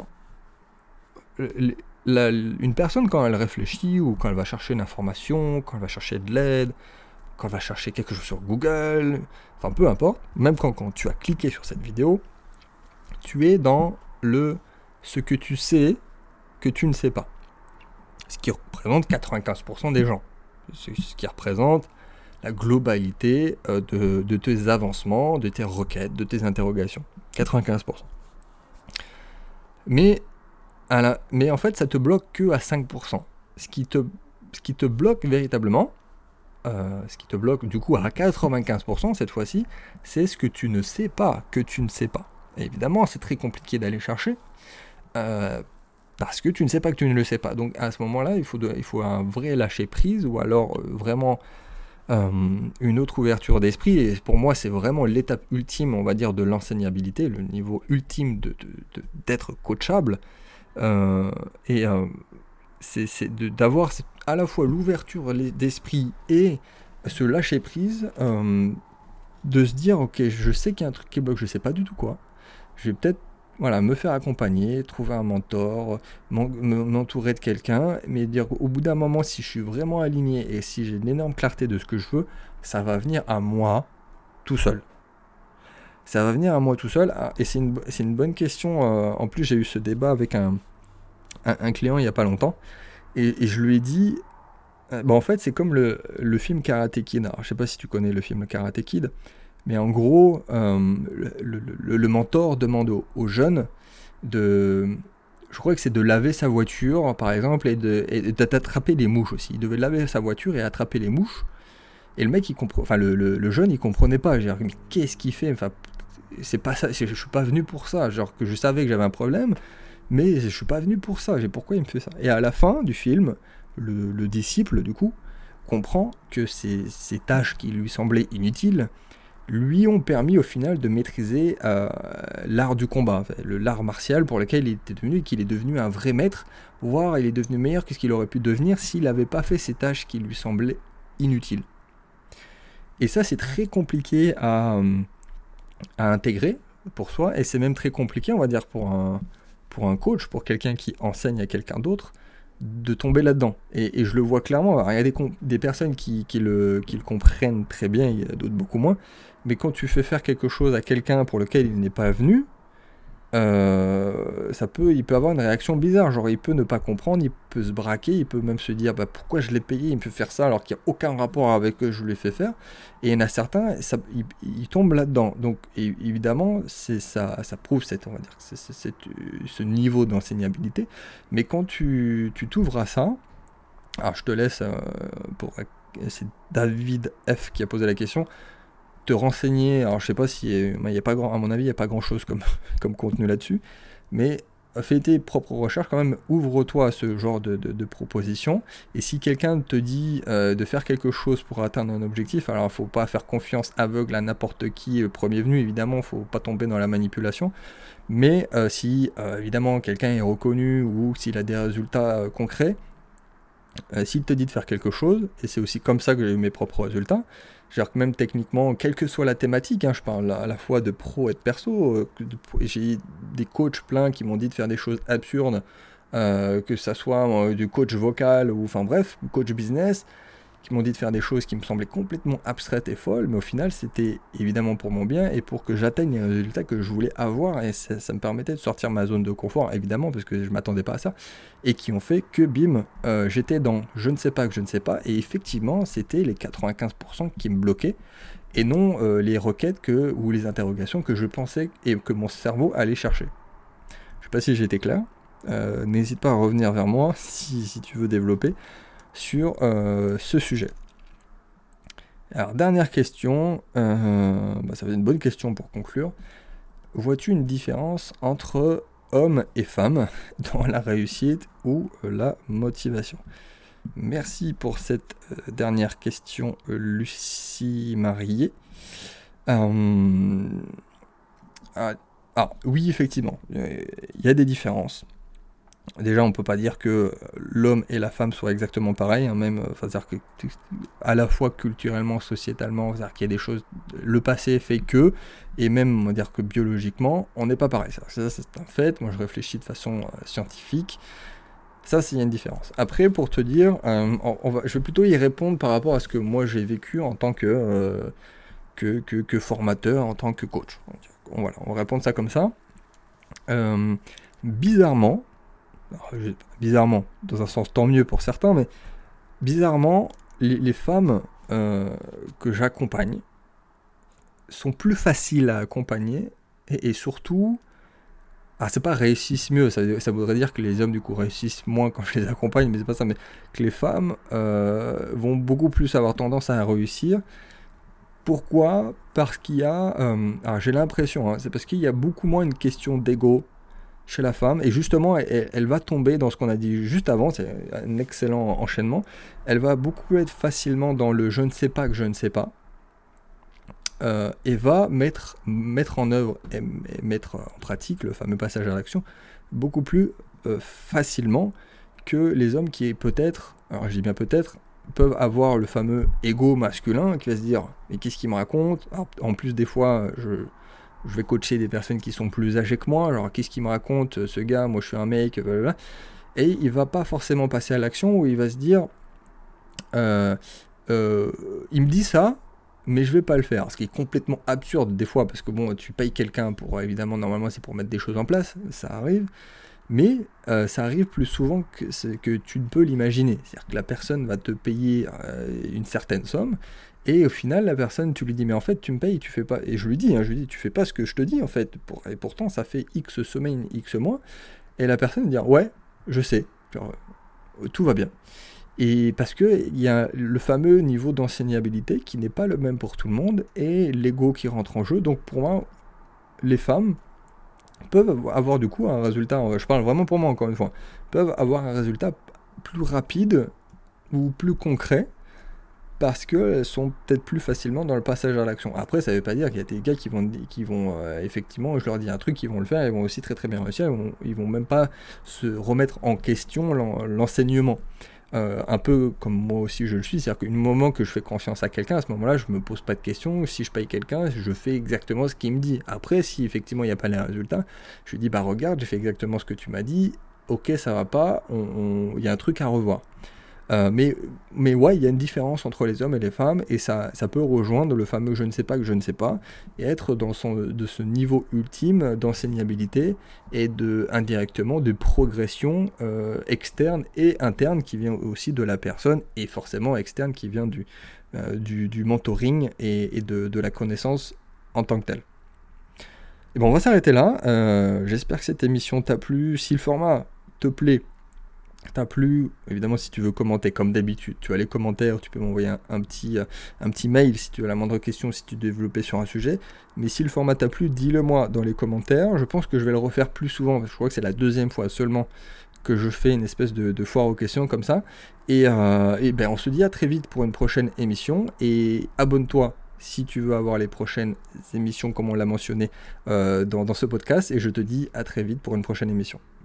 la, une personne, quand elle réfléchit, ou quand elle va chercher une information, quand elle va chercher de l'aide, quand elle va chercher quelque chose sur Google, enfin peu importe, même quand, quand tu as cliqué sur cette vidéo, tu es dans le ce que tu sais que tu ne sais pas. Ce qui représente quatre-vingt-quinze pour cent des gens. Ce qui représente la globalité de, de tes avancements, de tes requêtes, de tes interrogations. quatre-vingt-quinze pour cent. Mais, à la, mais en fait, ça te bloque que à cinq pour cent. Ce qui te, ce qui te bloque véritablement, euh, ce qui te bloque du coup à quatre-vingt-quinze pour cent cette fois-ci, c'est ce que tu ne sais pas, que tu ne sais pas. Et évidemment, c'est très compliqué d'aller chercher, euh, parce que tu ne sais pas que tu ne le sais pas. Donc à ce moment-là, il faut, de, il faut un vrai lâcher-prise, ou alors euh, vraiment euh, une autre ouverture d'esprit. Et pour moi, c'est vraiment l'étape ultime, on va dire, de l'enseignabilité, le niveau ultime de, de, de, d'être coachable. Euh, et euh, c'est, c'est de, d'avoir à la fois l'ouverture d'esprit et ce lâcher-prise, euh, de se dire, ok, je sais qu'il y a un truc qui bloque, je ne sais pas du tout quoi. Je vais peut-être voilà, me faire accompagner, trouver un mentor, m'entourer de quelqu'un, mais dire au bout d'un moment, si je suis vraiment aligné et si j'ai une énorme clarté de ce que je veux, ça va venir à moi tout seul. Ça va venir à moi tout seul. Et c'est une, c'est une bonne question. Euh, en plus, j'ai eu ce débat avec un, un, un client il n'y a pas longtemps. Et, et je lui ai dit, euh, bah en fait, c'est comme le, le film Karate Kid. Alors, je sais pas si tu connais le film Karate Kid, mais en gros, euh, le, le, le, le mentor demande aux, aux jeunes de... Je crois que c'est de laver sa voiture, par exemple, et, de, et d'attraper les mouches aussi. Il devait laver sa voiture et attraper les mouches. Et le mec, il compre... enfin, le, le, le jeune, il comprenait pas. J'ai dit, mais qu'est-ce qu'il fait? Enfin, c'est pas ça. Je suis pas venu pour ça. Genre que je savais que j'avais un problème, mais je suis pas venu pour ça. J'ai pourquoi il me fait ça? Et à la fin du film, le, le disciple, du coup, comprend que ces, ces tâches qui lui semblaient inutiles lui ont permis au final de maîtriser euh, l'art du combat, enfin, le l'art martial pour lequel il était devenu, et qu'il est devenu un vrai maître, voire il est devenu meilleur que ce qu'il aurait pu devenir s'il n'avait pas fait ces tâches qui lui semblaient inutiles. Et ça, c'est très compliqué à, à intégrer pour soi, et c'est même très compliqué, on va dire, pour un, pour un coach, pour quelqu'un qui enseigne à quelqu'un d'autre, de tomber là-dedans. Et, et je le vois clairement. Alors, il y a des, des personnes qui, qui, le, qui le comprennent très bien, il y a d'autres beaucoup moins. Mais quand tu fais faire quelque chose à quelqu'un pour lequel il n'est pas venu, euh, ça peut, il peut avoir une réaction bizarre. Genre, il peut ne pas comprendre, il peut se braquer, il peut même se dire bah, pourquoi je l'ai payé, il me fait faire ça alors qu'il n'y a aucun rapport avec ce que je lui ai fait faire. Et il y en a certains, ça, ils, ils tombent là-dedans. Donc, et, évidemment, c'est, ça, ça prouve cette, on va dire, c'est, c'est, c'est, ce niveau d'enseignabilité. Mais quand tu, tu t'ouvres à ça, alors je te laisse, euh, pour, c'est David F qui a posé la question, te renseigner. Alors je sais pas si il y a pas grand, à mon avis il n'y a pas grand chose comme, comme contenu là-dessus, mais fais tes propres recherches quand même, ouvre-toi à ce genre de, de, de propositions, et si quelqu'un te dit euh, de faire quelque chose pour atteindre un objectif, alors il ne faut pas faire confiance aveugle à n'importe qui, euh, premier venu, évidemment, il ne faut pas tomber dans la manipulation, mais euh, si euh, évidemment quelqu'un est reconnu ou s'il a des résultats euh, concrets, euh, s'il te dit de faire quelque chose, et c'est aussi comme ça que j'ai eu mes propres résultats, genre que même techniquement, quelle que soit la thématique, hein, je parle à la fois de pro et de perso, euh, de, j'ai des coachs pleins qui m'ont dit de faire des choses absurdes, euh, que ça soit euh, du coach vocal ou enfin bref, du coach business, qui m'ont dit de faire des choses qui me semblaient complètement abstraites et folles, mais au final c'était évidemment pour mon bien et pour que j'atteigne les résultats que je voulais avoir, et ça, ça me permettait de sortir ma zone de confort, évidemment, parce que je m'attendais pas à ça, et qui ont fait que bim, euh, j'étais dans je ne sais pas que je ne sais pas, et effectivement c'était les quatre-vingt-quinze pour cent qui me bloquaient, et non euh, les requêtes que, ou les interrogations que je pensais et que mon cerveau allait chercher. Je sais pas si j'étais clair, euh, n'hésite pas à revenir vers moi si, si tu veux développer sur euh, ce sujet. Alors, dernière question, euh, bah, ça va être une bonne question pour conclure. Vois-tu une différence entre hommes et femmes dans la réussite ou la motivation? Merci pour cette euh, dernière question, euh, Lucie Marié. Euh, ah, ah, oui, effectivement, il euh, y a des différences. Déjà, on peut pas dire que l'homme et la femme soient exactement pareils, hein, même, enfin, c'est-à-dire que à la fois culturellement, sociétalement, c'est-à-dire qu'il y a des choses, le passé fait que, et même, on va dire que biologiquement, on n'est pas pareil. Ça, ça, c'est un fait. Moi, je réfléchis de façon euh, scientifique. Ça, c'est une différence. Après, pour te dire, euh, on, on va, je vais plutôt y répondre par rapport à ce que moi j'ai vécu en tant que, euh, que, que, que formateur, en tant que coach. Donc, on, voilà, on va répondre ça comme ça. Euh, bizarrement, alors, je, bizarrement, dans un sens tant mieux pour certains, mais bizarrement, les, les femmes euh, que j'accompagne sont plus faciles à accompagner, et, et surtout, ah, c'est pas réussissent mieux, ça, ça voudrait dire que les hommes du coup réussissent moins quand je les accompagne, mais c'est pas ça, mais que les femmes euh, vont beaucoup plus avoir tendance à réussir. Pourquoi? Parce qu'il y a, euh, alors j'ai l'impression, hein, c'est parce qu'il y a beaucoup moins une question d'ego chez la femme, et justement elle, elle va tomber dans ce qu'on a dit juste avant, c'est un excellent enchaînement, elle va beaucoup être facilement dans le je ne sais pas que je ne sais pas, euh, et va mettre, mettre en œuvre et, et mettre en pratique le fameux passage à l'action beaucoup plus euh, facilement que les hommes qui peut-être, alors je dis bien peut-être, peuvent avoir le fameux ego masculin qui va se dire mais qu'est-ce qu'il me raconte? Alors, en plus des fois je je vais coacher des personnes qui sont plus âgées que moi, alors qu'est-ce qu'il me raconte ce gars, moi je suis un mec, blablabla. Et il va pas forcément passer à l'action, où il va se dire euh, euh, il me dit ça, mais je vais pas le faire. Ce qui est complètement absurde des fois, parce que bon, tu payes quelqu'un pour, évidemment, normalement c'est pour mettre des choses en place, ça arrive, mais euh, ça arrive plus souvent que, c'est, que tu ne peux l'imaginer. C'est-à-dire que la personne va te payer euh, une certaine somme, et au final, la personne, tu lui dis, mais en fait, tu me payes, tu fais pas, et je lui dis, hein, je lui dis, tu fais pas ce que je te dis, en fait, pour, et pourtant, ça fait X semaines, X mois, et la personne dit, ouais, je sais, genre, euh, tout va bien. Et parce qu'il y a le fameux niveau d'enseignabilité qui n'est pas le même pour tout le monde, et l'ego qui rentre en jeu. Donc pour moi, les femmes peuvent avoir du coup un résultat, je parle vraiment pour moi encore une fois, peuvent avoir un résultat plus rapide ou plus concret, parce qu'elles sont peut-être plus facilement dans le passage à l'action. Après, ça ne veut pas dire qu'il y a des gars qui vont, qui vont euh, effectivement, je leur dis un truc, ils vont le faire, ils vont aussi très très bien réussir, ils vont, ils vont même pas se remettre en question l'en, l'enseignement. Euh, un peu comme moi aussi je le suis, c'est-à-dire qu'au moment que je fais confiance à quelqu'un, à ce moment-là, je me pose pas de questions. Si je paye quelqu'un, je fais exactement ce qu'il me dit. Après, si effectivement il n'y a pas les résultats, je lui dis, bah regarde, j'ai fait exactement ce que tu m'as dit, ok, ça va pas, il on, on, y a un truc à revoir. Euh, mais, mais ouais, il y a une différence entre les hommes et les femmes, et ça, ça peut rejoindre le fameux je ne sais pas que je ne sais pas, et être dans son, de ce niveau ultime d'enseignabilité et de, indirectement de progression euh, externe et interne qui vient aussi de la personne, et forcément externe qui vient du, euh, du, du mentoring et, et de, de la connaissance en tant que telle. Et bon, on va s'arrêter là. Euh, j'espère que cette émission t'a plu. Si le format te plaît, t'as plu, évidemment si tu veux commenter comme d'habitude, tu as les commentaires, tu peux m'envoyer un, un, petit, un petit mail si tu as la moindre question, si tu veux développer sur un sujet, mais si le format t'a plu, dis-le moi dans les commentaires. Je pense que je vais le refaire plus souvent, parce que je crois que c'est la deuxième fois seulement que je fais une espèce de, de foire aux questions comme ça, et, euh, et ben on se dit à très vite pour une prochaine émission, et abonne-toi si tu veux avoir les prochaines émissions comme on l'a mentionné euh, dans, dans ce podcast, et je te dis à très vite pour une prochaine émission.